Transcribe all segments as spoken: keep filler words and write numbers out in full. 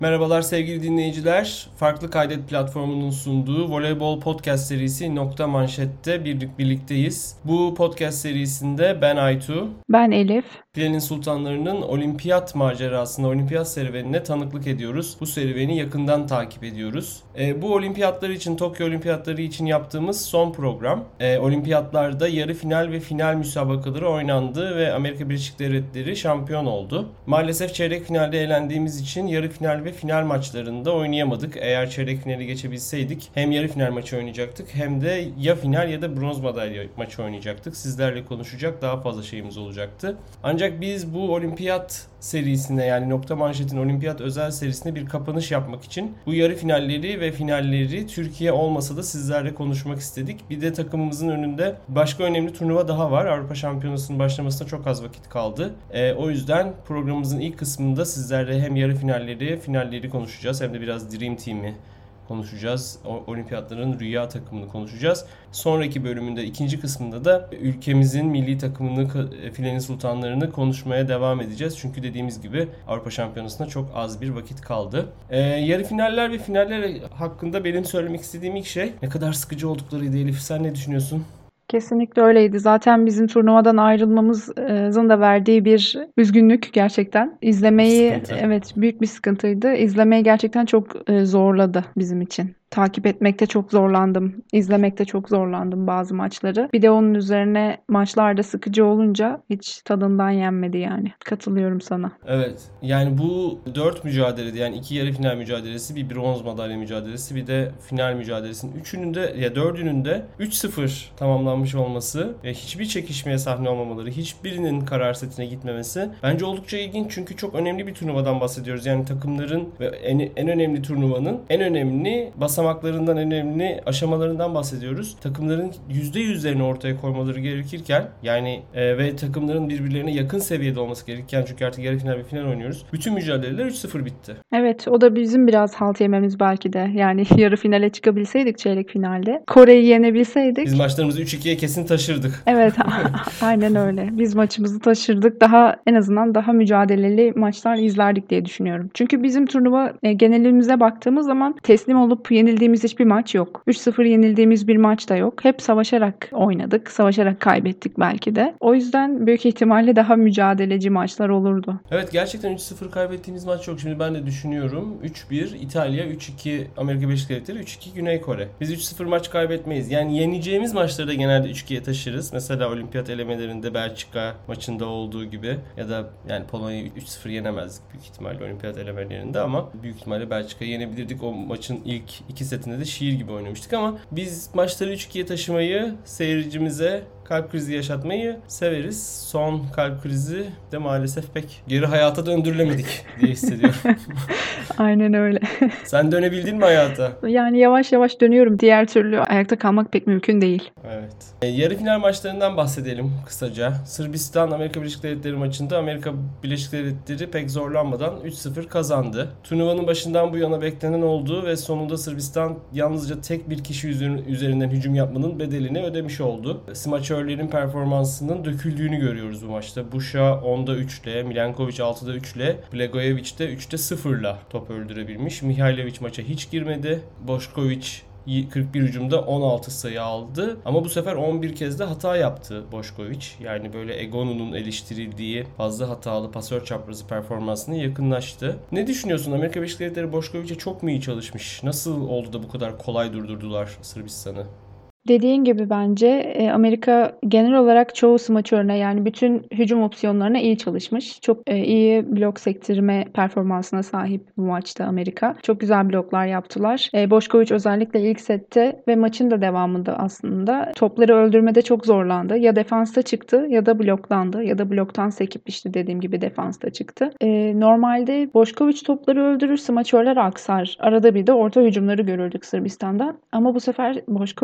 Merhabalar sevgili dinleyiciler. Farklı Kaydet platformunun sunduğu voleybol podcast serisi Nokta Manşet'te birlik birlikteyiz. Bu podcast serisinde ben Aytu, Ben Elif. Filenin Sultanları'nın olimpiyat macerasına, olimpiyat serüvenine tanıklık ediyoruz. Bu serüveni yakından takip ediyoruz. E, bu olimpiyatlar için, Tokyo Olimpiyatları için yaptığımız son program. E, olimpiyatlarda yarı final ve final müsabakaları oynandı ve Amerika Birleşik Devletleri şampiyon oldu. Maalesef çeyrek finalde elendiğimiz için yarı final ve final maçlarında oynayamadık. Eğer çeyrek finali geçebilseydik hem yarı final maçı oynayacaktık hem de ya final ya da bronz madalya maçı oynayacaktık. Sizlerle konuşacak daha fazla şeyimiz olacaktı. Ancak biz bu olimpiyat serisine, yani Nokta Manşet'in olimpiyat özel serisine bir kapanış yapmak için bu yarı finalleri ve finalleri Türkiye olmasa da sizlerle konuşmak istedik. Bir de takımımızın önünde başka önemli turnuva daha var. Avrupa Şampiyonası'nın başlamasına çok az vakit kaldı. E, o yüzden programımızın ilk kısmında sizlerle hem yarı finalleri, finalleri konuşacağız hem de biraz Dream Team'i konuşacağız. O, olimpiyatların rüya takımını konuşacağız. Sonraki bölümünde, ikinci kısmında da ülkemizin milli takımını, Filenin Sultanlarını konuşmaya devam edeceğiz. Çünkü dediğimiz gibi Avrupa Şampiyonası'na çok az bir vakit kaldı. Ee, yarı finaller ve finaller hakkında benim söylemek istediğim ilk şey ne kadar sıkıcı olduklarıydı. Elif, sen ne düşünüyorsun? Kesinlikle öyleydi. Zaten bizim turnuvadan ayrılmamızın da verdiği bir üzgünlük gerçekten. Bir İzlemeyi, sıkıntı. evet, büyük bir sıkıntıydı. İzlemeyi gerçekten çok e, zorladı bizim için. Takip etmekte çok zorlandım. İzlemekte çok zorlandım bazı maçları. Bir de onun üzerine maçlarda sıkıcı olunca hiç tadından yenmedi yani. Katılıyorum sana. Evet. Yani bu dört mücadelede, yani iki yarı final mücadelesi, bir bronz madalya mücadelesi, bir de final mücadelesinin üçünün de ya dördünün de üç sıfır tamamlanmış olması ve hiçbir çekişmeye sahne olmamaları, hiçbirinin karar setine gitmemesi bence oldukça ilginç, çünkü çok önemli bir turnuvadan bahsediyoruz. Yani takımların ve en, en önemli turnuvanın en önemli basamaklarından, en önemli aşamalarından bahsediyoruz. Takımların yüzde yüzlerini ortaya koymaları gerekirken, yani e, ve takımların birbirlerine yakın seviyede olması gerekirken, çünkü artık yarı final ve final oynuyoruz. Bütün mücadeleler üç sıfır bitti. Evet, o da bizim biraz halt yememiz belki de. Yani yarı finale çıkabilseydik çeyrek finalde. Kore'yi Biz yenebilseydik. maçlarımızı üç ikiye kesin taşırdık. Evet, aynen öyle. Biz maçımızı taşırdık. Daha en azından daha mücadeleli maçlar izlerdik diye düşünüyorum. Çünkü bizim turnuva e, genelimize baktığımız zaman teslim olup yenildiğimiz hiçbir maç yok. üç sıfır yenildiğimiz bir maç da yok. Hep savaşarak oynadık. Savaşarak kaybettik belki de. O yüzden büyük ihtimalle daha mücadeleci maçlar olurdu. Evet, gerçekten üç sıfır kaybettiğimiz maç yok. Şimdi ben de düşünüyorum. üç bir İtalya, üç iki Amerika Birleşik Devletleri, üç iki Güney Kore. Biz üç sıfır maç kaybetmeyiz. Yani yeneceğimiz maçları da genelde üç ikiye taşırız. Mesela olimpiyat elemelerinde Belçika maçında olduğu gibi, ya da yani Polonya'yı üç sıfır yenemezdik büyük ihtimalle olimpiyat elemelerinde, ama büyük ihtimalle Belçika'yı yenebilirdik. O maçın ilk iki setinde de şiir gibi oynamıştık, ama biz maçları üç ikiye taşımayı, seyircimize kalp krizi yaşatmayı severiz. Son kalp krizi de maalesef pek geri hayata döndürülemedik diye hissediyorum. Aynen öyle. Sen dönebildin mi hayata? Yani yavaş yavaş dönüyorum. Diğer türlü ayakta kalmak pek mümkün değil. Evet. E, yarı final maçlarından bahsedelim kısaca. Sırbistan Amerika Birleşik Devletleri maçında Amerika Birleşik Devletleri pek zorlanmadan üç sıfır kazandı. Turnuvanın başından bu yana beklenen olduğu ve sonunda Sırbistan yalnızca tek bir kişi üzerinden hücum yapmanın bedelini ödemiş oldu. Smaçörlerin performansının döküldüğünü görüyoruz bu maçta. Buşa onda üç ile, Milenkovic altıda üç ile, Blagojevic de üçte sıfır ile top öldürebilmiş. Mihailovic maça hiç girmedi. Bošković kırk bir hücumda on altı sayı aldı. Ama bu sefer on bir kez de hata yaptı Bošković. Yani böyle Egonu'nun eleştirildiği fazla hatalı pasör çaprazı performansına yakınlaştı. Ne düşünüyorsun? Amerika Birleşik Devletleri Bošković'e çok mu iyi çalışmış? Nasıl oldu da bu kadar kolay durdurdular Sırbistan'ı? Dediğin gibi bence e, Amerika genel olarak çoğu smaçörüne, yani bütün hücum opsiyonlarına iyi çalışmış. Çok e, iyi blok sektirme performansına sahip bu maçta Amerika. Çok güzel bloklar yaptılar. E, Bošković özellikle ilk sette ve maçın da devamında aslında topları öldürmede çok zorlandı. Ya defansta çıktı ya da bloklandı, ya da bloktan sekip işte dediğim gibi defansta çıktı. E, normalde Bošković topları öldürür, smaçörler aksar. Arada bir de orta hücumları görürdük Sırbistan'da. Ama bu sefer Bošković de aksadı.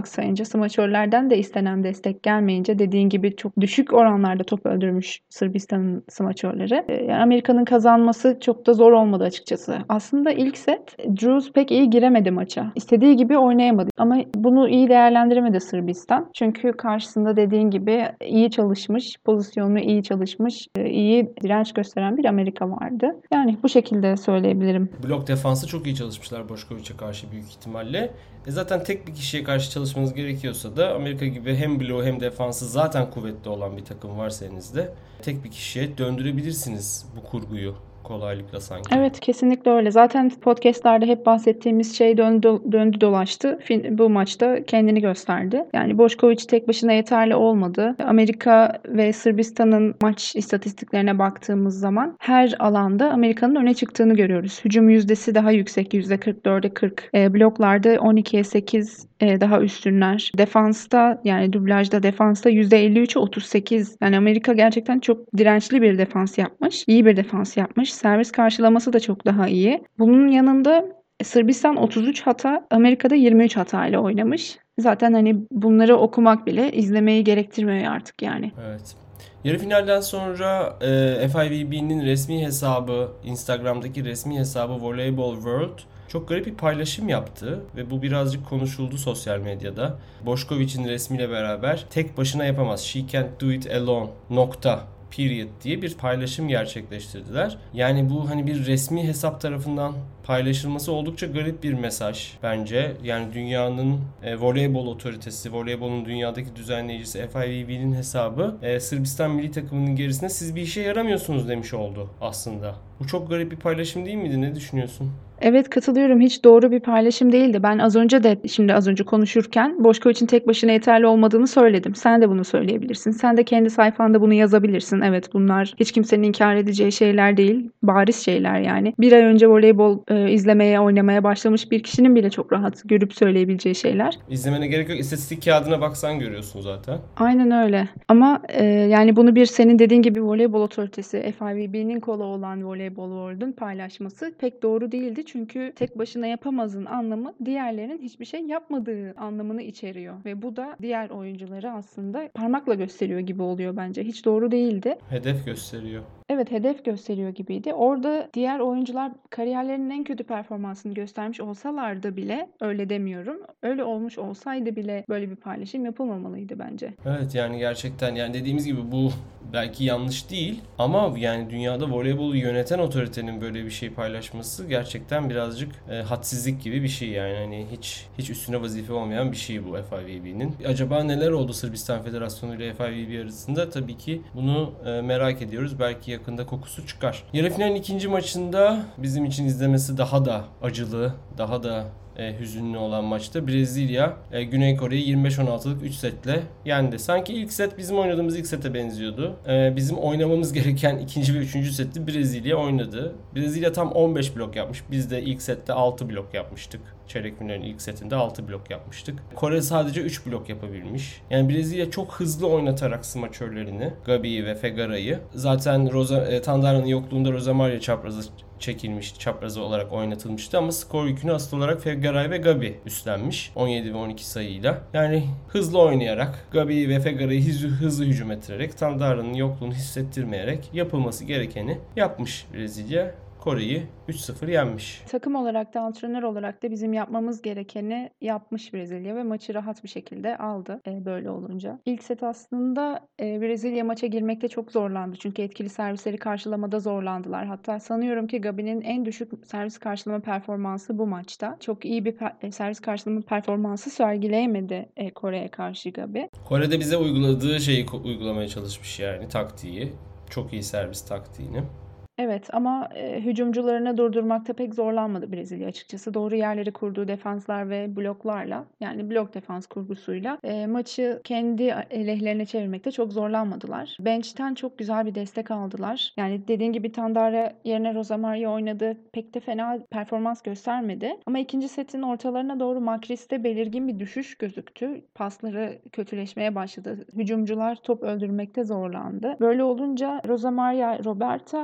aksayınca, smaçörlerden de istenen destek gelmeyince dediğin gibi çok düşük oranlarda top öldürmüş Sırbistan'ın smaçörleri. E, yani Amerika'nın kazanması çok da zor olmadı açıkçası. Aslında ilk set Drews pek iyi giremedi maça. İstediği gibi oynayamadı. Ama bunu iyi değerlendiremedi Sırbistan. Çünkü karşısında dediğin gibi iyi çalışmış, pozisyonu iyi çalışmış, e, iyi direnç gösteren bir Amerika vardı. Yani bu şekilde söyleyebilirim. Blok defansı çok iyi çalışmışlar Boşkoviç'e karşı büyük ihtimalle. E zaten tek bir kişiye karşı çalışmanız gerekiyorsa da Amerika gibi hem bloğu hem defansı zaten kuvvetli olan bir takım varsa elinizde tek bir kişiye döndürebilirsiniz bu kurguyu kolaylıkla sanki. Evet, kesinlikle öyle. Zaten podcast'larda hep bahsettiğimiz şey döndü, döndü dolaştı. Bu maçta kendini gösterdi. Yani Boşković tek başına yeterli olmadı. Amerika ve Sırbistan'ın maç istatistiklerine baktığımız zaman her alanda Amerika'nın öne çıktığını görüyoruz. Hücum yüzdesi daha yüksek, yüzde kırk dörde kırk. E, bloklarda on ikiye sekiz e, daha üstünler. Defansta, yani dublajda, defansta yüzde elli üçe otuz sekiz. Yani Amerika gerçekten çok dirençli bir defans yapmış. İyi bir defans yapmış. Servis karşılaması da çok daha iyi. Bunun yanında Sırbistan otuz üç hata, Amerika'da yirmi üç hata ile oynamış. Zaten hani bunları okumak bile izlemeyi gerektirmiyor artık yani. Evet. Yarı finalden sonra e, F I V B'nin resmi hesabı, Instagram'daki resmi hesabı Volleyball World çok garip bir paylaşım yaptı ve bu birazcık konuşuldu sosyal medyada. Boşkoviç'in resmiyle beraber tek başına yapamaz. She can't do it alone. Nokta. Period diye bir paylaşım gerçekleştirdiler. Yani bu hani bir resmi hesap tarafından paylaşılması oldukça garip bir mesaj bence. Yani dünyanın e, voleybol otoritesi, voleybolun dünyadaki düzenleyicisi F I V B'nin hesabı e, Sırbistan milli takımının gerisinde siz bir işe yaramıyorsunuz demiş oldu aslında. Bu çok garip bir paylaşım değil miydi? Ne düşünüyorsun? Evet, katılıyorum. Hiç doğru bir paylaşım değildi. Ben az önce de şimdi az önce konuşurken Boşkoviç'in tek başına yeterli olmadığını söyledim. Sen de bunu söyleyebilirsin. Sen de kendi sayfanda bunu yazabilirsin. Evet, bunlar hiç kimsenin inkar edeceği şeyler değil. Bariz şeyler yani. Bir ay önce voleybol e, izlemeye, oynamaya başlamış bir kişinin bile çok rahat görüp söyleyebileceği şeyler. İzlemene gerek yok. İstatistik kağıdına baksan görüyorsun zaten. Aynen öyle. Ama e, yani bunu bir senin dediğin gibi voleybol otoritesi F I V B'nin kolu olan Voleybol World'un paylaşması pek doğru değildi. Çünkü tek başına yapamazın anlamı diğerlerinin hiçbir şey yapmadığı anlamını içeriyor. Ve bu da diğer oyuncuları aslında parmakla gösteriyor gibi oluyor bence. Hiç doğru değildi. Hedef gösteriyor. Evet, hedef gösteriyor gibiydi. Orada diğer oyuncular kariyerlerinin en kötü performansını göstermiş olsalardı bile, öyle demiyorum, öyle olmuş olsaydı bile böyle bir paylaşım yapılmamalıydı bence. Evet, yani gerçekten yani dediğimiz gibi bu belki yanlış değil ama yani dünyada voleybolu yöneten otoritenin böyle bir şey paylaşması gerçekten birazcık e, hadsizlik gibi bir şey yani hani hiç hiç üstüne vazife olmayan bir şey bu F I V B'nin. Acaba neler oldu Sırbistan Federasyonu ile F I V B arasında? Tabii ki bunu e, merak ediyoruz. Belki yakında kokusu çıkar. Yarı finalin ikinci maçında bizim için izlemesi daha da acılı, daha da E, hüzünlü olan maçta Brezilya e, Güney Kore'yi yirmi beş on altılık üç setle yendi. Sanki ilk set bizim oynadığımız ilk sete benziyordu. E, bizim oynamamız gereken ikinci ve üçüncü seti Brezilya oynadı. Brezilya tam on beş blok yapmış. Biz de ilk sette altı blok yapmıştık. Çeyrek finalin ilk setinde altı blok yapmıştık. Kore sadece üç blok yapabilmiş. Yani Brezilya çok hızlı oynatarak smaçörlerini, Gabi'yi ve Fegara'yı. Zaten Rosa, e, Tandara'nın yokluğunda Rosa Maria çaprazı çekilmiş, çaprazı olarak oynatılmıştı ama skor yükünü asıl olarak Fegaray ve Gabi üstlenmiş. on yedi ve on iki sayıyla. Yani hızlı oynayarak, Gabi ve Fegaray'ı hızlı, hızlı hücum ettirerek, Tandara'nın yokluğunu hissettirmeyerek yapılması gerekeni yapmış Brezilya. Kore'yi üç sıfır yenmiş. Takım olarak da antrenör olarak da bizim yapmamız gerekeni yapmış Brezilya ve maçı rahat bir şekilde aldı e, böyle olunca. İlk set aslında e, Brezilya maça girmekte çok zorlandı. Çünkü etkili servisleri karşılamada zorlandılar. Hatta sanıyorum ki Gabi'nin en düşük servis karşılama performansı bu maçta. Çok iyi bir per- servis karşılama performansı sergileyemedi e, Kore'ye karşı Gabi. Kore'de bize uyguladığı şeyi uygulamaya çalışmış yani taktiği. Çok iyi servis taktiğini. Evet ama e, hücumcularını durdurmakta pek zorlanmadı Brezilya açıkçası. Doğru yerleri kurduğu defanslar ve bloklarla, yani blok defans kurgusuyla e, maçı kendi lehlerine çevirmekte çok zorlanmadılar. Bench'ten çok güzel bir destek aldılar. Yani dediğin gibi Tandara yerine Rosa Maria oynadı. Pek de fena performans göstermedi. Ama ikinci setin ortalarına doğru Makris'te belirgin bir düşüş gözüktü. Pasları kötüleşmeye başladı. Hücumcular top öldürmekte zorlandı. Böyle olunca Rosa Maria, Roberta, Makris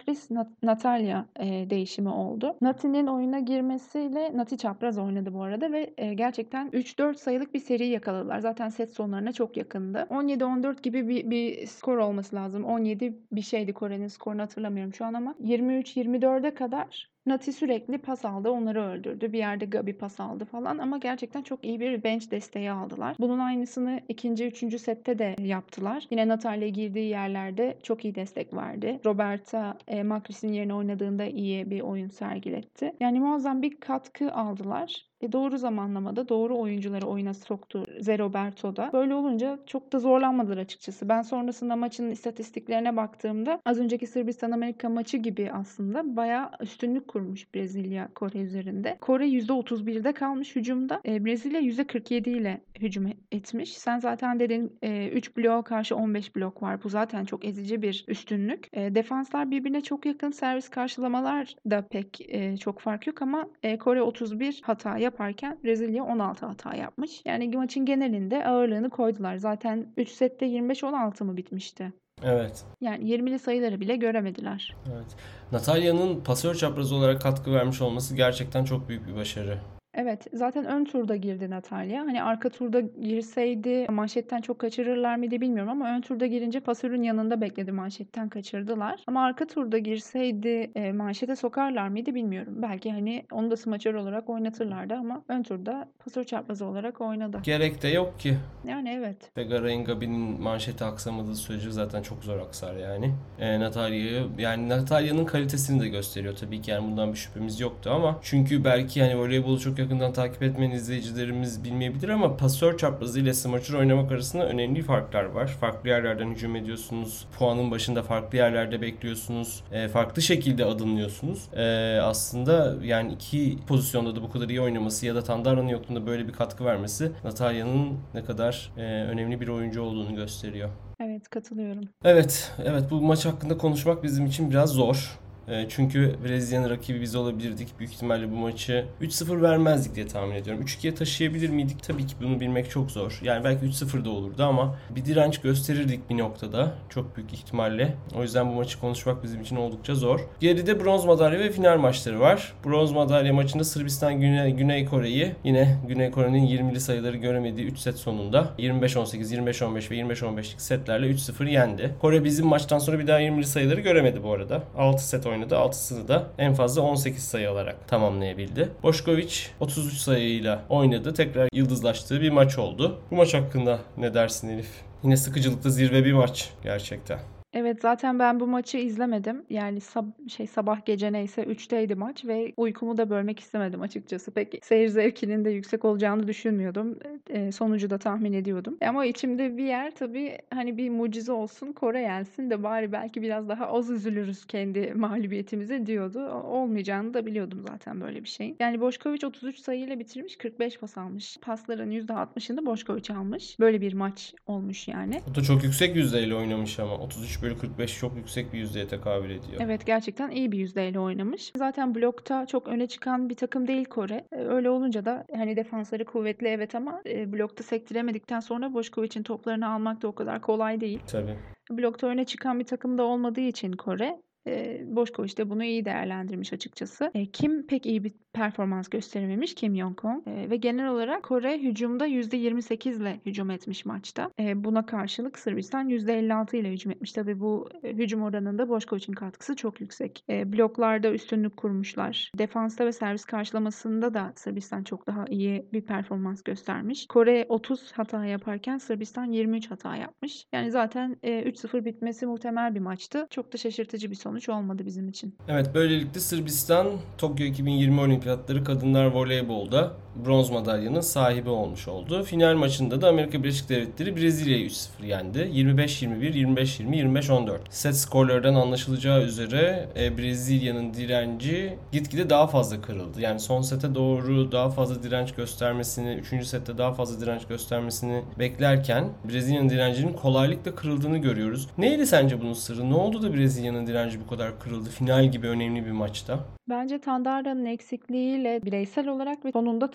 sürpriz Nat- Natalya e, değişimi oldu. Nati'nin oyuna girmesiyle Nati çapraz oynadı bu arada ve e, gerçekten üç dört sayılık bir seri yakaladılar. Zaten set sonlarına çok yakındı. on yedi on dört gibi bir, bir skor olması lazım. on yedi bir şeydi, Kore'nin skorunu hatırlamıyorum şu an ama yirmi üç yirmi dörde kadar Nati sürekli pas aldı, onları öldürdü. Bir yerde Gabi pas aldı falan ama gerçekten çok iyi bir bench desteği aldılar. Bunun aynısını ikinci, üçüncü sette de yaptılar. Yine Natalya girdiği yerlerde çok iyi destek verdi. Roberta e, Makris'in yerine oynadığında iyi bir oyun sergiletti. Yani muazzam bir katkı aldılar. E doğru zamanlamada doğru oyuncuları oyuna soktu Ze Roberto'da. Böyle olunca çok da zorlanmadılar açıkçası. Ben sonrasında maçın istatistiklerine baktığımda az önceki Sırbistan-Amerika maçı gibi aslında bayağı üstünlük kurmuş Brezilya Kore üzerinde. Kore yüzde otuz birde kalmış hücumda. E, Brezilya yüzde kırk yedi ile hücum etmiş. Sen zaten dedin e, üç bloğa karşı on beş blok var. Bu zaten çok ezici bir üstünlük. E, defanslar birbirine çok yakın. Servis karşılamalar da pek e, çok fark yok ama e, Kore otuz bir hata yaparken Brezilya on altı hata yapmış. Yani maçın genelinde ağırlığını koydular. Zaten üç sette yirmi beş on altı mı bitmişti? Evet. Yani yirmili sayıları bile göremediler. Evet. Natalya'nın pasör çaprazı olarak katkı vermiş olması gerçekten çok büyük bir başarı. Evet, zaten ön turda girdi Natalya. Hani arka turda girseydi manşetten çok kaçırırlar mıydı bilmiyorum ama ön turda girince pasörün yanında bekledi, manşetten kaçırdılar. Ama arka turda girseydi e, manşete sokarlar mıydı bilmiyorum. Belki hani onu da smaçör olarak oynatırlardı ama ön turda pasör çaprazı olarak oynadı. Gerek de yok ki. Yani evet. Begara'nın Gabi'nin manşeti aksamadığı sürece zaten çok zor aksar yani. E, Natalya'yı yani Natalya'nın kalitesini de gösteriyor tabii ki, yani bundan bir şüphemiz yoktu ama çünkü belki hani voleybolu çok yakından takip etmeyen izleyicilerimiz bilmeyebilir ama pasör çaprazı ile smaçör oynamak arasında önemli farklar var. Farklı yerlerden hücum ediyorsunuz. Puanın başında farklı yerlerde bekliyorsunuz. E, farklı şekilde adımlıyorsunuz. E, aslında yani iki pozisyonda da bu kadar iyi oynaması ya da Tandara'nın yokluğunda böyle bir katkı vermesi Natalya'nın ne kadar e, önemli bir oyuncu olduğunu gösteriyor. Evet, katılıyorum. Evet, evet bu maç hakkında konuşmak bizim için biraz zor. Çünkü Brezilya'nın rakibi biz olabilirdik. Büyük ihtimalle bu maçı üç sıfır vermezdik diye tahmin ediyorum. üç ikiye taşıyabilir miydik? Tabii ki bunu bilmek çok zor. Yani belki üç sıfır da olurdu ama bir direnç gösterirdik bir noktada. Çok büyük ihtimalle. O yüzden bu maçı konuşmak bizim için oldukça zor. Geride bronz madalya ve final maçları var. Bronz madalya maçında Sırbistan Güney, Güney Kore'yi yine Güney Kore'nin yirmili sayıları göremediği üç set sonunda yirmi beş on sekiz, yirmi beş on beş ve yirmi beş on beşlik setlerle üç sıfır yendi. Kore bizim maçtan sonra bir daha yirmili sayıları göremedi bu arada. altı set oynadı. altısını da en fazla on sekiz sayı alarak tamamlayabildi. Bošković otuz üç sayıyla oynadı. Tekrar yıldızlaştığı bir maç oldu. Bu maç hakkında ne dersin Elif? Yine sıkıcılıkta zirve bir maç gerçekten. Evet, zaten ben bu maçı izlemedim. Yani sab- şey sabah gece neyse üçteydi maç ve uykumu da bölmek istemedim açıkçası. Pek seyir zevkinin de yüksek olacağını düşünmüyordum. E, sonucu da tahmin ediyordum. E, ama içimde bir yer tabii hani bir mucize olsun, Kore yensin de bari belki biraz daha az üzülürüz kendi mağlubiyetimize diyordu. Olmayacağını da biliyordum zaten böyle bir şeyin. Yani Bošković otuz üç sayıyla bitirmiş, kırk beş pas almış. Pasların yüzde altmışını Bošković almış. Böyle bir maç olmuş yani. O da çok yüksek yüzdeyle oynamış ama otuz üç bölü kırk beş çok yüksek bir yüzdeye tekabül ediyor. Evet, gerçekten iyi bir yüzdeyle oynamış. Zaten blokta çok öne çıkan bir takım değil Kore. Öyle olunca da hani defansları kuvvetli evet ama blokta sektiremedikten sonra Bošković'in toplarını almak da o kadar kolay değil. Tabii. Blokta öne çıkan bir takım da olmadığı için Kore, e, Bošković de bunu iyi değerlendirmiş açıkçası. E, Kim pek iyi bir performans gösterememiş, Kim Yong-kong. E, ve genel olarak Kore hücumda yüzde yirmi sekiz ile hücum etmiş maçta. E, buna karşılık Sırbistan yüzde elli altı ile hücum etmiş. Tabii bu e, hücum oranında Bošković'in katkısı çok yüksek. E, bloklarda üstünlük kurmuşlar. Defansta ve servis karşılamasında da Sırbistan çok daha iyi bir performans göstermiş. Kore otuz hata yaparken Sırbistan yirmi üç hata yapmış. Yani zaten e, üç sıfır bitmesi muhtemel bir maçtı. Çok da şaşırtıcı bir sonuç olmadı bizim için. Evet, böylelikle Sırbistan Tokyo iki bin yirmi Olimpiyatları Kadınlar Voleybol'da bronz madalyanın sahibi olmuş oldu. Final maçında da Amerika Birleşik Devletleri Brezilya'yı üç sıfır yendi. yirmi beş yirmi bir, yirmi beş yirmi, yirmi beş on dört. Set skorlarından anlaşılacağı üzere e, Brezilya'nın direnci gitgide daha fazla kırıldı. Yani son sete doğru daha fazla direnç göstermesini, üçüncü sette daha fazla direnç göstermesini beklerken Brezilya'nın direncinin kolaylıkla kırıldığını görüyoruz. Neydi sence bunun sırrı? Ne oldu da Brezilya'nın direnci bu kadar kırıldı final gibi önemli bir maçta? Bence Tandara'nın eksikliğiyle bireysel olarak ve sonunda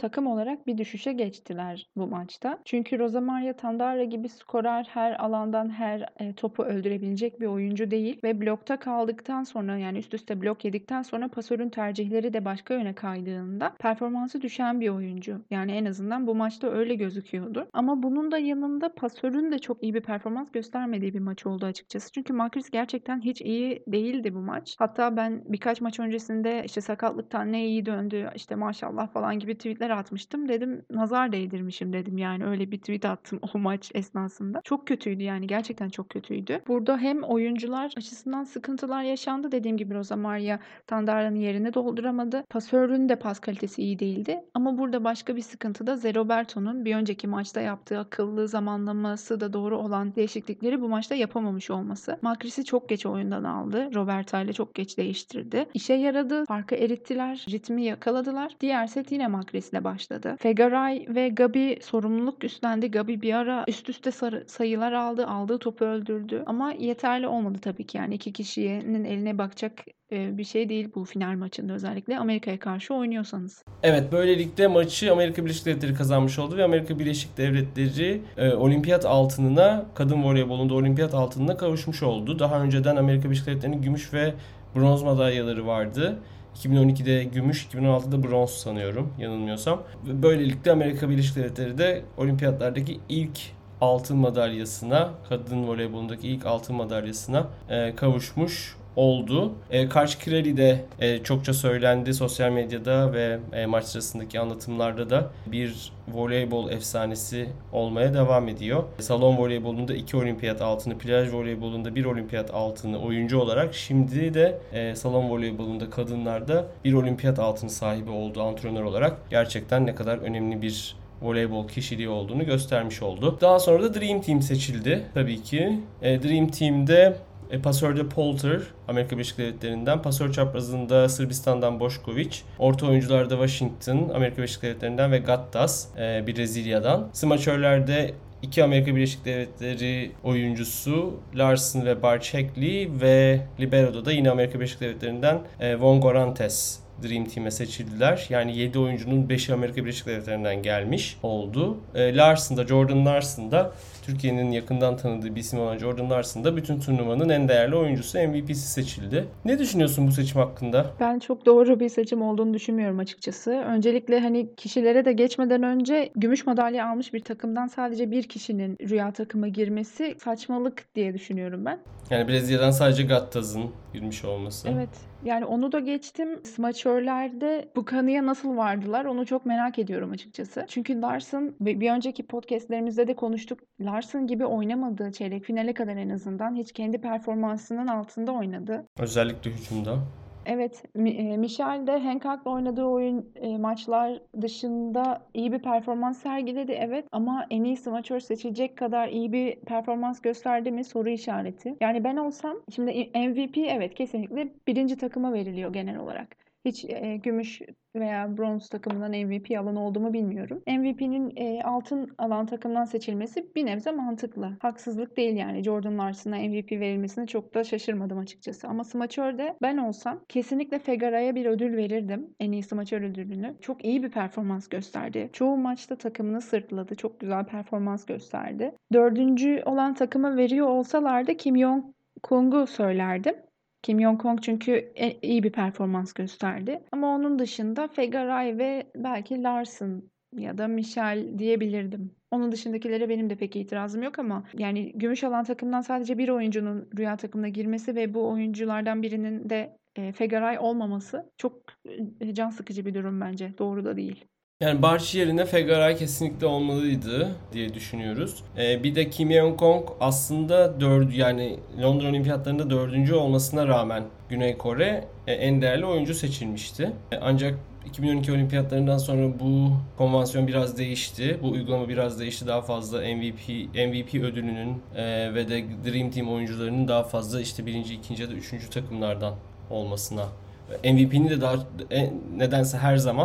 takım olarak bir düşüşe geçtiler bu maçta. Çünkü Rosa Maria Tandara gibi skorer, her alandan her e, topu öldürebilecek bir oyuncu değil ve blokta kaldıktan sonra, yani üst üste blok yedikten sonra pasörün tercihleri de başka yöne kaydığında performansı düşen bir oyuncu. Yani en azından bu maçta öyle gözüküyordu. Ama bunun da yanında pasörün de çok iyi bir performans göstermediği bir maç oldu açıkçası. Çünkü Makris gerçekten hiç iyi değildi bu maç. Hatta ben birkaç maç öncesinde işte sakatlıktan ne iyi döndü, işte maşallah falan gibi tweetler atmıştım. Dedim nazar değdirmişim dedim, yani öyle bir tweet attım o maç esnasında. Çok kötüydü, yani gerçekten çok kötüydü. Burada hem oyuncular açısından sıkıntılar yaşandı. Dediğim gibi Rosa Maria Tandara'nın yerini dolduramadı. Pasörün de pas kalitesi iyi değildi. Ama burada başka bir sıkıntı da Zé Roberto'nun bir önceki maçta yaptığı akıllı zamanlaması da doğru olan değişiklikleri bu maçta yapamamış olması. Makris'i çok geç oyundan aldı. Roberta ile çok geç değiştirdi. İşe yaradı. Farkı erittiler. Ritmi yakaladılar. Diğer set yine Makris'le başladı. Fegaray ve Gabi sorumluluk üstlendi. Gabi bir ara üst üste sayılar aldı. Aldığı topu öldürdü. Ama yeterli olmadı tabii ki. Yani iki kişinin eline bakacak bir şey değil bu final maçında, özellikle Amerika'ya karşı oynuyorsanız. Evet, böylelikle maçı Amerika Birleşik Devletleri kazanmış oldu ve Amerika Birleşik Devletleri e, olimpiyat altınına, kadın voleybolunda olimpiyat altınına kavuşmuş oldu. Daha önceden Amerika Birleşik Devletleri'nin gümüş ve bronz madalyaları vardı. iki bin on ikide gümüş, iki bin on altıda bronz sanıyorum yanılmıyorsam. Ve böylelikle Amerika Birleşik Devletleri de olimpiyatlardaki ilk altın madalyasına, kadın voleybolundaki ilk altın madalyasına e, kavuşmuş oldu. E, Karç Kirali de e, çokça söylendi sosyal medyada ve e, maç sırasındaki anlatımlarda da bir voleybol efsanesi olmaya devam ediyor. Salon voleybolunda iki olimpiyat altını, plaj voleybolunda bir olimpiyat altını oyuncu olarak, şimdi de e, salon voleybolunda kadınlarda bir olimpiyat altını sahibi oldu antrenör olarak. Gerçekten ne kadar önemli bir voleybol kişiliği olduğunu göstermiş oldu. Daha sonra da Dream Team seçildi tabii ki. E, Dream Team'de E, pasörde Polter, Amerika Birleşik Devletleri'nden. Pasör çaprazında Sırbistan'dan Bošković. Orta oyuncularda Washington, Amerika Birleşik Devletleri'nden ve Gattas, e, Brezilya'dan. Smaçörlerde iki Amerika Birleşik Devletleri oyuncusu Larson ve Barcekli ve Libero'da da yine Amerika Birleşik Devletleri'nden e, Von Gorantes Dream Team'e seçildiler. Yani yedi oyuncunun beşi Amerika Birleşik Devletleri'nden gelmiş oldu. E, Larson da, Jordan Larson da, Türkiye'nin yakından tanıdığı bir isim olan Jordan Larson da bütün turnuvanın en değerli oyuncusu, M V P'si seçildi. Ne düşünüyorsun bu seçim hakkında? Ben çok doğru bir seçim olduğunu düşünmüyorum açıkçası. Öncelikle hani kişilere de geçmeden önce gümüş madalya almış bir takımdan sadece bir kişinin rüya takıma girmesi saçmalık diye düşünüyorum ben. Yani Brezilya'dan sadece Gattas'ın girmiş olması. Evet. Yani onu da geçtim. Smaçörlerde bu kanıya nasıl vardılar onu çok merak ediyorum açıkçası. Çünkü Larson, bir önceki podcastlerimizde de konuştuk. Larson gibi oynamadı çeyrek finale kadar, en azından. Hiç kendi performansının altında oynadı. Özellikle hücumda. Evet, Michel de Hancock'la oynadığı oyun e, maçlar dışında iyi bir performans sergiledi, evet, ama en iyi smaçör seçilecek kadar iyi bir performans gösterdi mi soru işareti. Yani ben olsam şimdi M V P, evet, kesinlikle birinci takıma veriliyor genel olarak. Hiç e, gümüş veya bronz takımından M V P alan oldu mu bilmiyorum. M V P'nin e, altın alan takımdan seçilmesi bir nebze mantıklı. Haksızlık değil yani. Jordan Larson'a M V P verilmesine çok da şaşırmadım açıkçası. Ama smaçörde ben olsam kesinlikle Fegara'ya bir ödül verirdim. En iyi smaçör ödülünü. Çok iyi bir performans gösterdi. Çoğu maçta takımını sırtladı. Çok güzel performans gösterdi. Dördüncü olan takıma veriyor olsalardı Kim Yong-kung'u söylerdim. Kim Yong-kung çünkü iyi bir performans gösterdi. Ama onun dışında Fegaray ve belki Larson ya da Michel diyebilirdim. Onun dışındakilere benim de pek itirazım yok ama yani gümüş alan takımdan sadece bir oyuncunun rüya takımına girmesi ve bu oyunculardan birinin de e, Fegaray olmaması çok e, can sıkıcı bir durum bence. Doğru da değil. Yani Barçi yerine Fegaray kesinlikle olmalıydı diye düşünüyoruz. Ee, bir de Kim Yong-kong aslında dördü, yani Londra Olimpiyatlarında dördüncü olmasına rağmen Güney Kore e, en değerli oyuncu seçilmişti. E, ancak iki bin on iki Olimpiyatlarından sonra bu konvansiyon biraz değişti. Bu uygulama biraz değişti. Daha fazla M V P M V P ödülünün e, ve de Dream Team oyuncularının daha fazla işte birinci, ikinci ya da üçüncü takımlardan olmasına. M V P'ni de daha e, nedense her zaman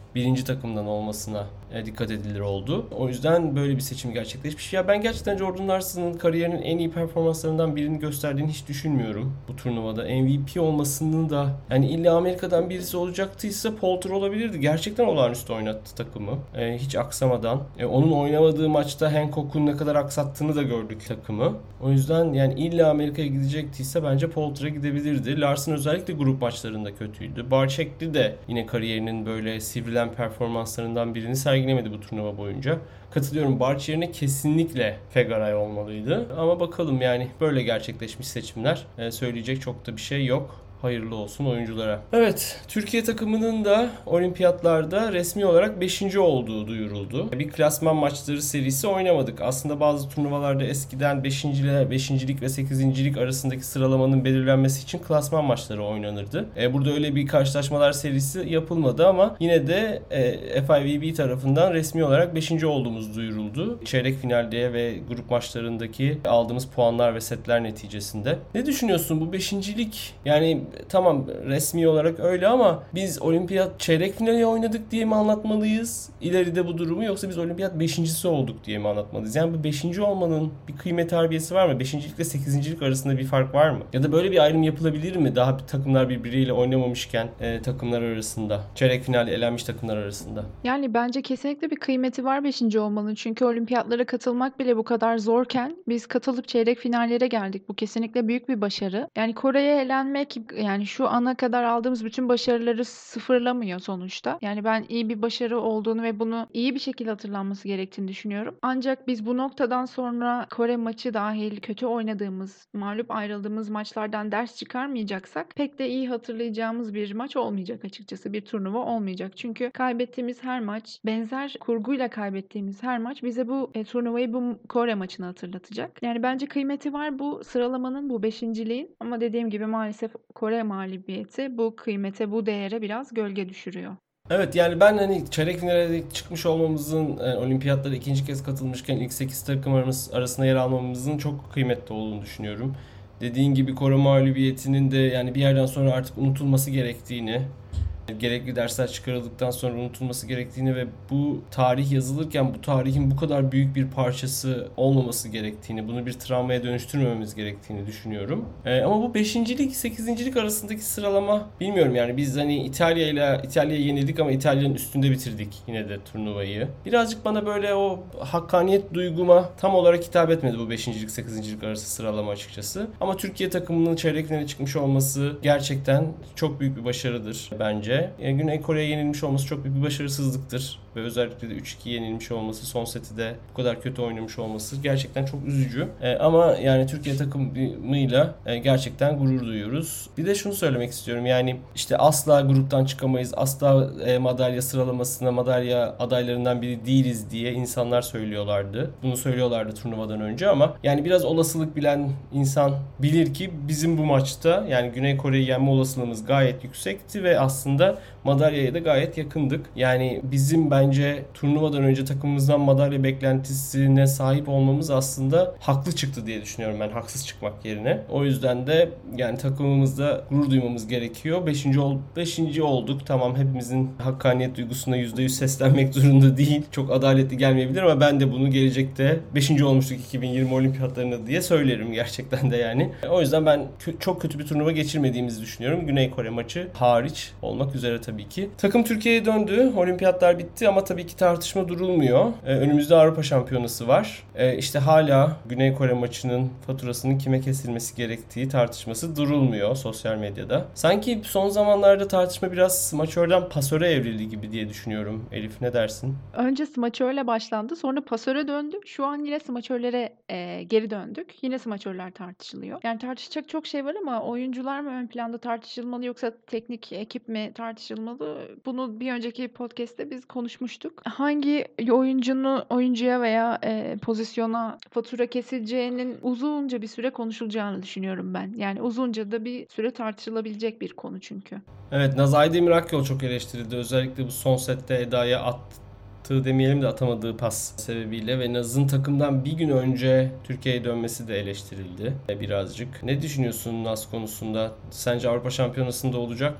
birinci takımdan olmasına dikkat edilir oldu. O yüzden böyle bir seçim gerçekleşmiş. Ya ben gerçekten Jordan Larson'ın kariyerinin en iyi performanslarından birini gösterdiğini hiç düşünmüyorum bu turnuvada. M V P olmasını da yani illa Amerika'dan birisi olacaktıysa Poulter olabilirdi. Gerçekten olağanüstü oynattı takımı. E, hiç aksamadan. E, onun oynamadığı maçta Hancock'un ne kadar aksattığını da gördük takımı. O yüzden yani illa Amerika'ya gidecektiyse bence Poulter'a gidebilirdi. Larson özellikle grup maçlarında kötüydü. Barçekli de yine kariyerinin böyle sivrilen performanslarından birini sergilemedi bu turnuva boyunca. Katılıyorum, Barç yerine kesinlikle Fegaray olmalıydı. Ama bakalım yani böyle gerçekleşmiş seçimler. Ee, söyleyecek çok da bir şey yok. Hayırlı olsun oyunculara. Evet, Türkiye takımının da olimpiyatlarda resmi olarak beşinci olduğu duyuruldu. Bir klasman maçları serisi oynamadık. Aslında bazı turnuvalarda eskiden beşincilik ve sekizincilik arasındaki sıralamanın belirlenmesi için klasman maçları oynanırdı. Burada öyle bir karşılaşmalar serisi yapılmadı ama yine de F I V B tarafından resmi olarak beşinci olduğumuz duyuruldu. Çeyrek finalde ve grup maçlarındaki aldığımız puanlar ve setler neticesinde. Ne düşünüyorsun bu beşincilik? Yani tamam resmi olarak öyle ama biz olimpiyat çeyrek finali oynadık diye mi anlatmalıyız ileride bu durumu, yoksa biz olimpiyat beşincisi olduk diye mi anlatmalıyız? Yani bu beşinci olmanın bir kıymet harbiyesi var mı? beşincilikle sekizincilik arasında bir fark var mı? Ya da böyle bir ayrım yapılabilir mi? Daha takımlar birbiriyle oynamamışken e, takımlar arasında. Çeyrek finali elenmiş takımlar arasında. Yani bence kesinlikle bir kıymeti var beşinci olmanın. Çünkü olimpiyatlara katılmak bile bu kadar zorken biz katılıp çeyrek finallere geldik. Bu kesinlikle büyük bir başarı. Yani Kore'ye elenmek yani şu ana kadar aldığımız bütün başarıları sıfırlamıyor sonuçta. Yani ben iyi bir başarı olduğunu ve bunu iyi bir şekilde hatırlanması gerektiğini düşünüyorum. Ancak biz bu noktadan sonra Kore maçı dahil kötü oynadığımız, mağlup ayrıldığımız maçlardan ders çıkarmayacaksak pek de iyi hatırlayacağımız bir maç olmayacak açıkçası. Bir turnuva olmayacak. Çünkü kaybettiğimiz her maç, benzer kurguyla kaybettiğimiz her maç bize bu e, turnuvayı bu Kore maçını hatırlatacak. Yani bence kıymeti var bu sıralamanın, bu beşinciliğin, ama dediğim gibi maalesef Kore mağlubiyeti bu kıymete, bu değere biraz gölge düşürüyor. Evet yani ben hani çeyrek finale çıkmış olmamızın, yani olimpiyatlara ikinci kez katılmışken ilk sekiz takım arasında yer almamızın çok kıymetli olduğunu düşünüyorum. Dediğin gibi Kore mağlubiyetinin de yani bir yerden sonra artık unutulması gerektiğini, gerekli dersler çıkarıldıktan sonra unutulması gerektiğini ve bu tarih yazılırken bu tarihin bu kadar büyük bir parçası olmaması gerektiğini, bunu bir travmaya dönüştürmememiz gerektiğini düşünüyorum. Ee, ama bu beşincilik sekizincilik arasındaki sıralama bilmiyorum yani biz hani İtalya ile İtalya'ya yenildik ama İtalya'nın üstünde bitirdik yine de turnuvayı. Birazcık bana böyle o hakkaniyet duyguma tam olarak hitap etmedi bu beşincilik sekizincilik arası sıralama açıkçası. Ama Türkiye takımının çeyrek finale çıkmış olması gerçekten çok büyük bir başarıdır bence. Güney Kore'ye yenilmiş olması çok büyük bir başarısızlıktır. Ve özellikle de üç iki yenilmiş olması, son seti de bu kadar kötü oynamış olması gerçekten çok üzücü. E, ama yani Türkiye takımıyla e, gerçekten gurur duyuyoruz. Bir de şunu söylemek istiyorum. Yani işte asla gruptan çıkamayız, asla e, madalya sıralamasına, madalya adaylarından biri değiliz diye insanlar söylüyorlardı. Bunu söylüyorlardı turnuvadan önce ama yani biraz olasılık bilen insan bilir ki bizim bu maçta yani Güney Kore'yi yenme olasılığımız gayet yüksekti ve aslında madalyaya da gayet yakındık. Yani bizim bence turnuvadan önce takımımızdan madalya beklentisine sahip olmamız aslında haklı çıktı diye düşünüyorum ben, haksız çıkmak yerine. O yüzden de yani takımımızda gurur duymamız gerekiyor. Beşinci, ol, beşinci olduk. Tamam, hepimizin hakkaniyet duygusuna yüzde yüz seslenmek zorunda değil. Çok adaletli gelmeyebilir ama ben de bunu gelecekte beşinci olmuştuk iki bin yirmi olimpiyatlarında diye söylerim gerçekten de yani. O yüzden ben kö- çok kötü bir turnuva geçirmediğimizi düşünüyorum. Güney Kore maçı hariç olmak üzere tabii ki. Takım Türkiye'ye döndü. Olimpiyatlar bitti ama tabii ki tartışma durulmuyor. Ee, önümüzde Avrupa Şampiyonası var. Ee, işte hala Güney Kore maçının faturasının kime kesilmesi gerektiği tartışması durulmuyor sosyal medyada. Sanki son zamanlarda tartışma biraz smaçörden pasöre evrildi gibi diye düşünüyorum. Elif, ne dersin? Önce smaçörle başlandı, sonra pasöre döndü. Şu an yine smaçörlere e, geri döndük. Yine smaçörler tartışılıyor. Yani tartışacak çok şey var ama oyuncular mı ön planda tartışılmalı yoksa teknik ekip mi tartışılmalı? Bunu bir önceki podcast'te biz konuşmuştuk. Hangi oyuncunun oyuncuya veya e, pozisyona fatura kesileceğinin uzunca bir süre konuşulacağını düşünüyorum ben. Yani uzunca da bir süre tartışılabilecek bir konu çünkü. Evet, Naz Aydemir Akyol çok eleştirildi. Özellikle bu son sette Eda'ya attığı demeyelim de atamadığı pas sebebiyle ve Naz'ın takımdan bir gün önce Türkiye'ye dönmesi de eleştirildi birazcık. Ne düşünüyorsun Naz konusunda? Sence Avrupa Şampiyonası'nda olacak mı?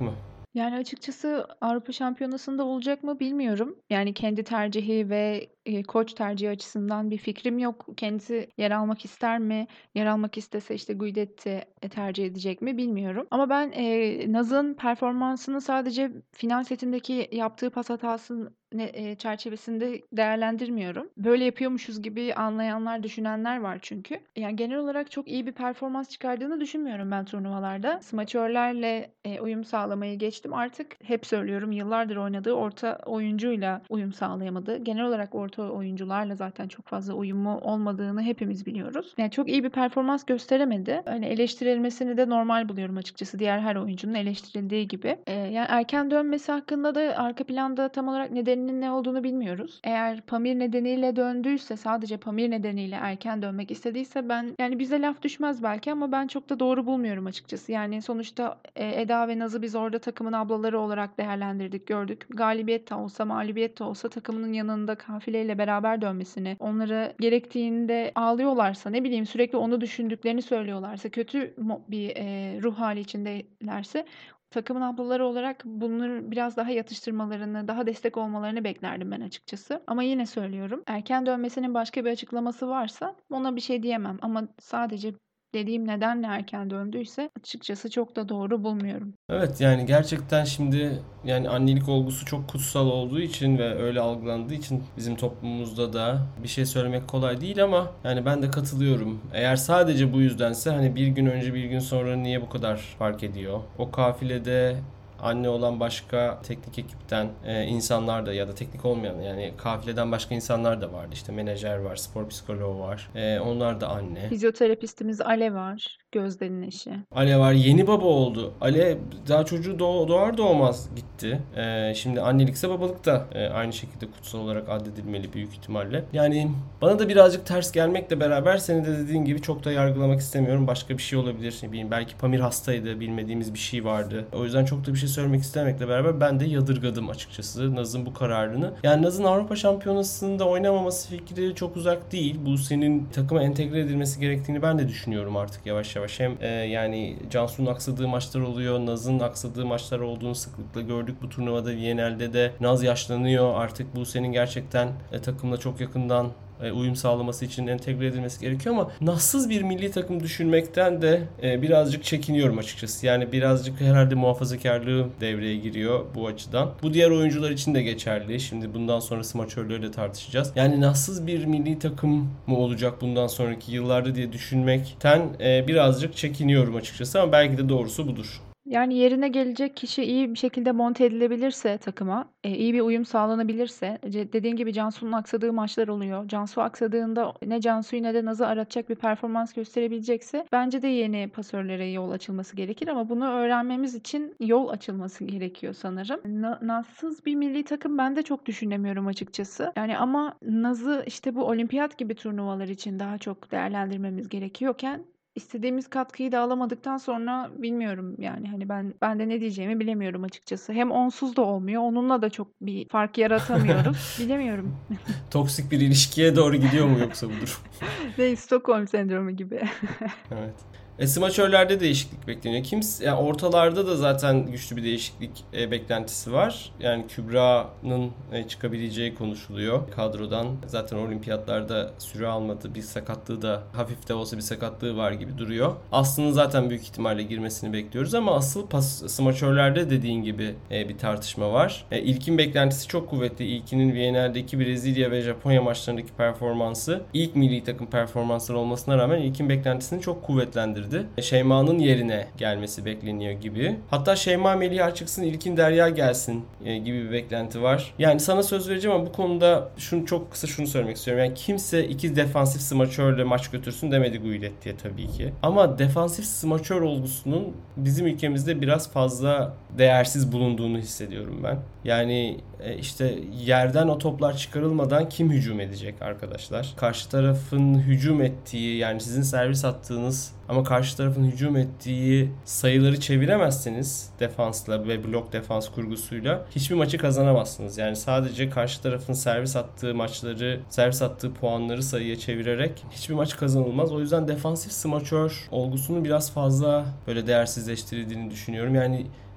Yani açıkçası Avrupa Şampiyonası'nda olacak mı bilmiyorum. Yani kendi tercihi ve e, koç tercihi açısından bir fikrim yok. Kendisi yer almak ister mi? Yer almak istese işte Guidetti e, tercih edecek mi bilmiyorum. Ama ben e, Naz'ın performansını sadece final setindeki yaptığı pas hatası ne, e, çerçevesinde değerlendirmiyorum. Böyle yapıyormuşuz gibi anlayanlar, düşünenler var çünkü. Yani genel olarak çok iyi bir performans çıkardığını düşünmüyorum ben turnuvalarda. Smaçörlerle e, uyum sağlamayı geçtim. Artık hep söylüyorum, yıllardır oynadığı orta oyuncuyla uyum sağlayamadı. Genel olarak orta oyuncularla zaten çok fazla uyumu olmadığını hepimiz biliyoruz. Yani çok iyi bir performans gösteremedi. Hani eleştirilmesini de normal buluyorum açıkçası. Diğer her oyuncunun eleştirildiği gibi. E, yani erken dönmesi hakkında da arka planda tam olarak nedeninin ne olduğunu bilmiyoruz. Eğer Pamir nedeniyle döndüyse, sadece Pamir nedeniyle erken dönmek istediyse ben yani bize laf düşmez belki ama ben çok da doğru bulmuyorum açıkçası. Yani sonuçta e, Eda ve Naz'ı biz orada takımın ablaları olarak değerlendirdik, gördük. Galibiyet de olsa, mağlubiyet de olsa takımının yanında kafileyle beraber dönmesini, onları gerektiğinde ağlıyorlarsa, ne bileyim sürekli onu düşündüklerini söylüyorlarsa, kötü bir e, ruh hali içindelerse takımın ablaları olarak bunları biraz daha yatıştırmalarını, daha destek olmalarını beklerdim ben açıkçası. Ama yine söylüyorum, erken dönmesinin başka bir açıklaması varsa ona bir şey diyemem. Ama sadece dediğim nedenle erken döndüyse açıkçası çok da doğru bulmuyorum. Evet, yani gerçekten şimdi yani annelik olgusu çok kutsal olduğu için ve öyle algılandığı için bizim toplumumuzda da bir şey söylemek kolay değil ama yani ben de katılıyorum. Eğer sadece bu yüzdense hani bir gün önce bir gün sonra niye bu kadar fark ediyor? O kafilede anne olan başka teknik ekipten e, insanlar da ya da teknik olmayan yani kafileden başka insanlar da vardı. İşte menajer var, spor psikoloğu var. E, onlar da anne. Fizyoterapistimiz Ale var, Gözde'nin eşi. Ale var. Yeni baba oldu. Ale daha çocuğu doğ- doğar doğmaz gitti. Ee, şimdi annelikse babalık da e, aynı şekilde kutsal olarak addedilmeli büyük ihtimalle. Yani bana da birazcık ters gelmekle beraber senin de dediğin gibi çok da yargılamak istemiyorum. Başka bir şey olabilir. Ne bileyim, belki Pamir hastaydı. Bilmediğimiz bir şey vardı. O yüzden çok da bir şey söylemek istemekle beraber ben de yadırgadım açıkçası Naz'ın bu kararını. Yani Naz'ın Avrupa Şampiyonası'nda oynamaması fikri çok uzak değil. Bu senin takıma entegre edilmesi gerektiğini ben de düşünüyorum artık yavaş yavaş. Hem e, yani Cansu'nun aksadığı maçlar oluyor. Naz'ın aksadığı maçlar olduğunu sıklıkla gördük. Bu turnuvada Viyana'da de Naz yaşlanıyor. Artık bu senin gerçekten e, takımla çok yakından e, uyum sağlaması için entegre edilmesi gerekiyor ama Nazsız bir milli takım düşünmekten de e, birazcık çekiniyorum açıkçası. Yani birazcık herhalde muhafazakarlığı devreye giriyor bu açıdan. Bu diğer oyuncular için de geçerli. Şimdi bundan sonra smaçörleriyle tartışacağız. Yani Nazsız bir milli takım mı olacak bundan sonraki yıllarda diye düşünmekten e, birazcık çekiniyorum açıkçası ama belki de doğrusu budur. Yani yerine gelecek kişi iyi bir şekilde monte edilebilirse takıma, e, iyi bir uyum sağlanabilirse, ce- dediğin gibi Cansu'nun aksadığı maçlar oluyor. Cansu aksadığında ne Cansu'yu ne de Naz'ı aratacak bir performans gösterebilecekse bence de yeni pasörlere yol açılması gerekir ama bunu öğrenmemiz için yol açılması gerekiyor sanırım. Na- Nazsız bir milli takım ben de çok düşünemiyorum açıkçası. Yani ama Naz'ı işte bu olimpiyat gibi turnuvalar için daha çok değerlendirmemiz gerekiyorken İstediğimiz katkıyı da alamadıktan sonra bilmiyorum yani hani ben ben de ne diyeceğimi bilemiyorum açıkçası. Hem onsuz da olmuyor, onunla da çok bir fark yaratamıyoruz. Bilemiyorum. Toksik bir ilişkiye doğru gidiyor mu yoksa bu durum? Değil, Stockholm sendromu gibi. Evet. E, smaçörlerde değişiklik bekleniyor. Kimse, yani ortalarda da zaten güçlü bir değişiklik e, beklentisi var. Yani Kübra'nın e, çıkabileceği konuşuluyor kadrodan. Zaten olimpiyatlarda süre almadı. Bir sakatlığı da hafif de olsa bir sakatlığı var gibi duruyor. Aslında zaten büyük ihtimalle girmesini bekliyoruz ama asıl pas, smaçörlerde dediğin gibi e, bir tartışma var. E, İlkin beklentisi çok kuvvetli. İlkinin Viyana'daki Brezilya ve Japonya maçlarındaki performansı ilk milli takım performansları olmasına rağmen İlkin beklentisini çok kuvvetlendirdi. Şeyma'nın yerine gelmesi bekleniyor gibi. Hatta Şeyma Meliha çıksın, İlkin Derya gelsin e, gibi bir beklenti var. Yani sana söz vereceğim ama bu konuda şunu çok kısa şunu söylemek istiyorum. Yani kimse iki defansif smaçörle maç götürsün demedi Guidet diye tabii ki. Ama defansif smaçör olgusunun bizim ülkemizde biraz fazla değersiz bulunduğunu hissediyorum ben. Yani e, işte yerden o toplar çıkarılmadan kim hücum edecek arkadaşlar? Karşı tarafın hücum ettiği, yani sizin servis attığınız ama karşı tarafın hücum ettiği sayıları çeviremezseniz defansla ve blok defans kurgusuyla hiçbir maçı kazanamazsınız. Yani sadece karşı tarafın servis attığı maçları, servis attığı puanları sayıya çevirerek hiçbir maç kazanılmaz. O yüzden defansif smaçör olgusunun biraz fazla böyle değersizleştirildiğini düşünüyorum. Yani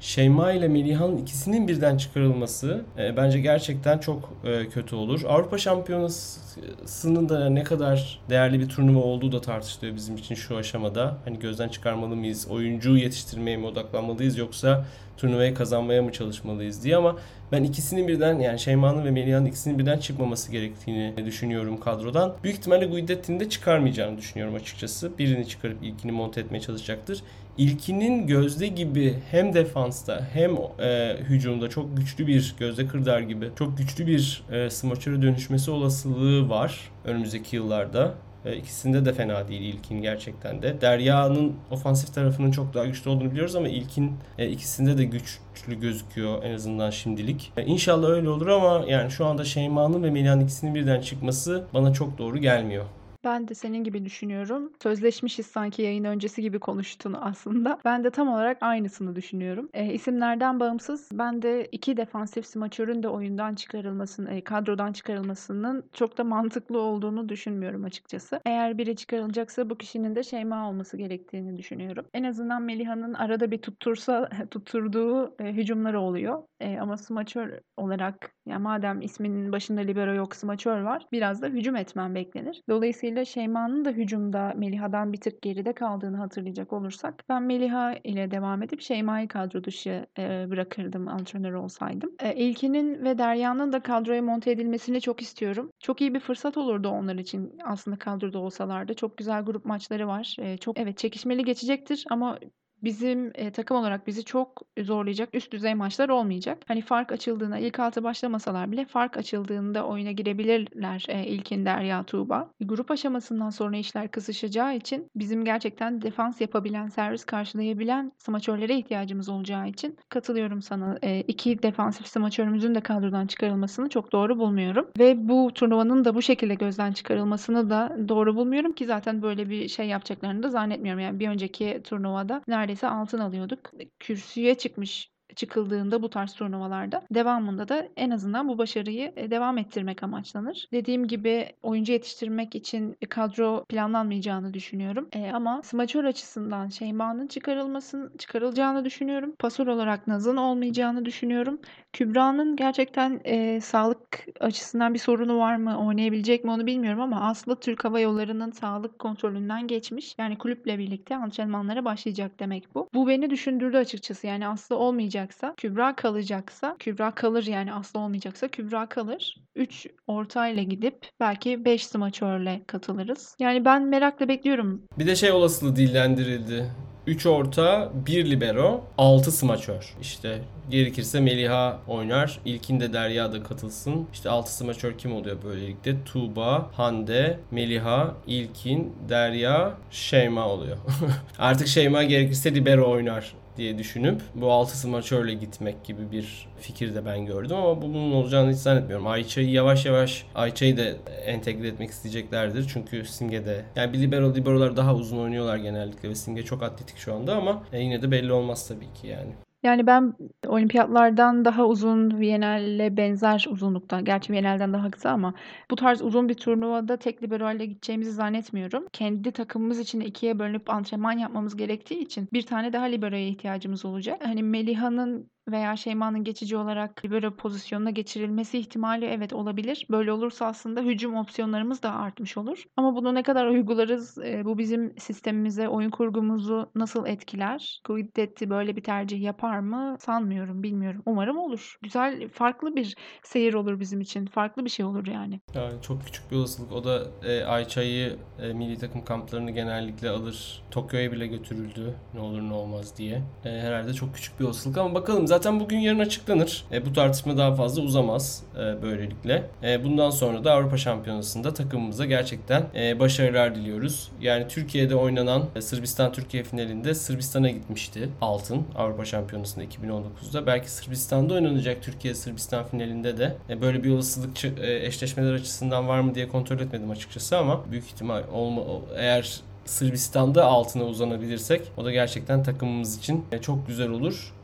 Şeyma ile Meliha'nın ikisinin birden çıkarılması e, bence gerçekten çok e, kötü olur. Avrupa Şampiyonası'nın da ne kadar değerli bir turnuva olduğu da tartışılıyor bizim için şu aşamada. Hani gözden çıkarmalı mıyız, oyuncu yetiştirmeye mi odaklanmalıyız yoksa turnuvayı kazanmaya mı çalışmalıyız diye, ama ben ikisinin birden, yani Şeyma'nın ve Meliha'nın ikisinin birden çıkmaması gerektiğini düşünüyorum kadrodan. Büyük ihtimalle Guidetti'nin de çıkarmayacağını düşünüyorum açıkçası. Birini çıkarıp ilkini monte etmeye çalışacaktır. İlkinin Gözde gibi hem defansta hem e, hücumda çok güçlü bir, Gözde Kırdar gibi çok güçlü bir e, smaçöre dönüşmesi olasılığı var önümüzdeki yıllarda. E, ikisinde de fena değil ilkin gerçekten de. Derya'nın ofansif tarafının çok daha güçlü olduğunu biliyoruz ama ilkin e, ikisinde de güçlü gözüküyor en azından şimdilik. E, İnşallah öyle olur ama yani şu anda Şeyma'nın ve Meliha'nın ikisinin birden çıkması bana çok doğru gelmiyor. Ben de senin gibi düşünüyorum. Sözleşmişiz sanki, yayın öncesi gibi konuştun aslında. Ben de tam olarak aynısını düşünüyorum. E, isimlerden bağımsız ben de iki defansif smaçörün de oyundan çıkarılmasının, e, kadrodan çıkarılmasının çok da mantıklı olduğunu düşünmüyorum açıkçası. Eğer biri çıkarılacaksa bu kişinin de Şeyma olması gerektiğini düşünüyorum. En azından Meliha'nın arada bir tuttursa tutturduğu e, hücumları oluyor. E, ama smaçör olarak, yani madem isminin başında libero yok, smaçör var, biraz da hücum etmen beklenir. Dolayısıyla Şeyma'nın da hücumda Meliha'dan bir tık geride kaldığını hatırlayacak olursak ben Meliha ile devam edip Şeyma'yı kadro dışı e, bırakırdım antrenör olsaydım. E, İlkin'in ve Derya'nın da kadroya monte edilmesini çok istiyorum. Çok iyi bir fırsat olurdu onlar için aslında kadroda olsalardı. Çok güzel grup maçları var. E, çok evet çekişmeli geçecektir ama bizim e, takım olarak bizi çok zorlayacak üst düzey maçlar olmayacak. Hani fark açıldığında, ilk altı başlamasalar bile fark açıldığında oyuna girebilirler e, İlkin, Derya, Tuğba. Grup aşamasından sonra işler kısışacağı için bizim gerçekten defans yapabilen, servis karşılayabilen smaçörlere ihtiyacımız olacağı için katılıyorum sana. E, iki defansif smaçörümüzün de kadrodan çıkarılmasını çok doğru bulmuyorum. Ve bu turnuvanın da bu şekilde gözden çıkarılmasını da doğru bulmuyorum ki zaten böyle bir şey yapacaklarını da zannetmiyorum. Yani bir önceki turnuvada neredeyse altın alıyorduk. Kürsüye çıkmış çıkıldığında bu tarz turnuvalarda devamında da en azından bu başarıyı devam ettirmek amaçlanır. Dediğim gibi oyuncu yetiştirmek için kadro planlanmayacağını düşünüyorum. E, ama smaçör açısından Şeyma'nın çıkarılmasının çıkarılacağını düşünüyorum. Pasör olarak Naz'ın olmayacağını düşünüyorum. Kübra'nın gerçekten e, sağlık açısından bir sorunu var mı, oynayabilecek mi onu bilmiyorum ama aslında Türk Hava Yolları'nın sağlık kontrolünden geçmiş. Yani kulüple birlikte antrenmanlara başlayacak demek bu. Bu beni düşündürdü açıkçası. Yani Aslı olmayacaksa, Kübra kalacaksa, Kübra kalır yani Aslı olmayacaksa Kübra kalır. üç ortayla gidip belki beş smaçörle katılırız. Yani ben merakla bekliyorum. Bir de şey olasılığı dillendirildi. üç orta, bir libero, altı smaçör. İşte gerekirse Meliha oynar. İlkinde Derya da katılsın. İşte altı smaçör kim oluyor böylelikle? Tuğba, Hande, Meliha, İlkin, Derya, Şeyma oluyor. Artık Şeyma gerekirse libero oynar diye düşünüp bu altı smaçörle gitmek gibi bir fikir de ben gördüm ama bunun olacağını hiç zannetmiyorum. Ayça'yı yavaş yavaş Ayça'yı da entegre etmek isteyeceklerdir. Çünkü Simge de, yani bir libero liberolar daha uzun oynuyorlar genellikle ve Simge çok atletik şu anda ama yine de belli olmaz tabii ki yani. Yani ben olimpiyatlardan daha uzun, Viyana'yla benzer uzunlukta, gerçi Viyana'dan daha kısa ama bu tarz uzun bir turnuvada tek libero'yla gideceğimizi zannetmiyorum. Kendi takımımız için ikiye bölünüp antrenman yapmamız gerektiği için bir tane daha libero'ya ihtiyacımız olacak. Hani Meliha'nın veya Şeyma'nın geçici olarak libero pozisyonuna geçirilmesi ihtimali evet olabilir. Böyle olursa aslında hücum opsiyonlarımız da artmış olur. Ama bunu ne kadar uygularız, e, bu bizim sistemimize, oyun kurgumuzu nasıl etkiler? Guidetti böyle bir tercih yapar mı? Sanmıyorum, bilmiyorum. Umarım olur. Güzel, farklı bir seyir olur bizim için. Farklı bir şey olur yani. Yani çok küçük bir olasılık. O da e, Ayça'yı e, milli takım kamplarını genellikle alır. Tokyo'ya bile götürüldü. Ne olur ne olmaz diye. E, herhalde çok küçük bir olasılık ama bakalım. Zaten bugün yarın açıklanır. E, bu tartışma daha fazla uzamaz e, böylelikle. E, bundan sonra da Avrupa Şampiyonası'nda takımımıza gerçekten e, başarılar diliyoruz. Yani Türkiye'de oynanan e, Sırbistan-Türkiye finalinde Sırbistan'a gitmişti altın Avrupa Şampiyonası'nda iki bin on dokuzda. Belki Sırbistan'da oynanacak Türkiye-Sırbistan finalinde de e, böyle bir olasılık e, eşleşmeler açısından var mı diye kontrol etmedim açıkçası ama büyük ihtimal olma, eğer Sırbistan'da altına uzanabilirsek o da gerçekten takımımız için çok güzel olur.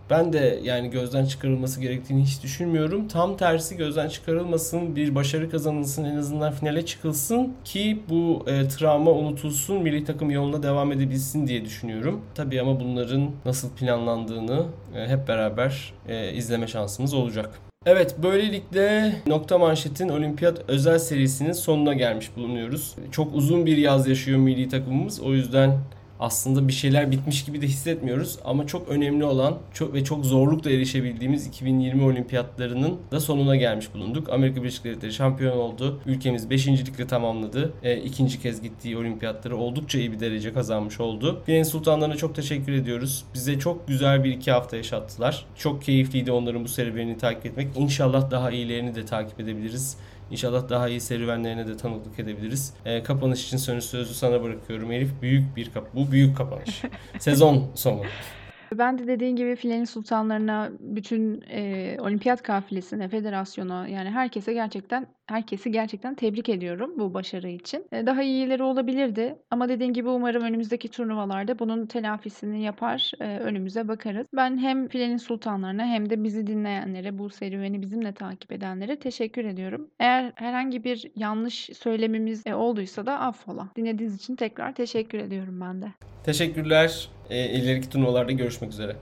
Ben de yani gözden çıkarılması gerektiğini hiç düşünmüyorum. Tam tersi gözden çıkarılmasın, bir başarı kazanılsın, en azından finale çıkılsın ki bu e, travma unutulsun, milli takım yoluna devam edebilsin diye düşünüyorum. Tabii ama bunların nasıl planlandığını e, hep beraber e, izleme şansımız olacak. Evet, böylelikle Nokta Manşet'in Olimpiyat özel serisinin sonuna gelmiş bulunuyoruz. Çok uzun bir yaz yaşıyor milli takımımız. O yüzden aslında bir şeyler bitmiş gibi de hissetmiyoruz. Ama çok önemli olan çok ve çok zorlukla erişebildiğimiz iki bin yirmi olimpiyatlarının da sonuna gelmiş bulunduk. Amerika Birleşik Devletleri şampiyon oldu. Ülkemiz beşincilikle tamamladı. E, ikinci kez gittiği olimpiyatları oldukça iyi bir derece kazanmış oldu. Filenin Sultanlarına çok teşekkür ediyoruz. Bize çok güzel bir iki hafta yaşattılar. Çok keyifliydi onların bu serüvenini takip etmek. İnşallah daha iyilerini de takip edebiliriz. İnşallah daha iyi serüvenlerine de tanıklık edebiliriz. E, kapanış için sönüş sözü sana bırakıyorum Elif. Büyük bir kap bu büyük kapanış. Sezon sonu. Ben de dediğin gibi Filenin Sultanlarına, bütün e, olimpiyat kafilesine, federasyona, yani herkese gerçekten herkesi gerçekten tebrik ediyorum bu başarı için. E, daha iyileri olabilirdi ama dediğin gibi umarım önümüzdeki turnuvalarda bunun telafisini yapar, e, önümüze bakarız. Ben hem Filenin Sultanlarına hem de bizi dinleyenlere, bu serüveni bizimle takip edenlere teşekkür ediyorum. Eğer herhangi bir yanlış söylemimiz e, olduysa da affola. Dinlediğiniz için tekrar teşekkür ediyorum ben de. Teşekkürler. E, ileriki turnuvalarda görüşmek üzere.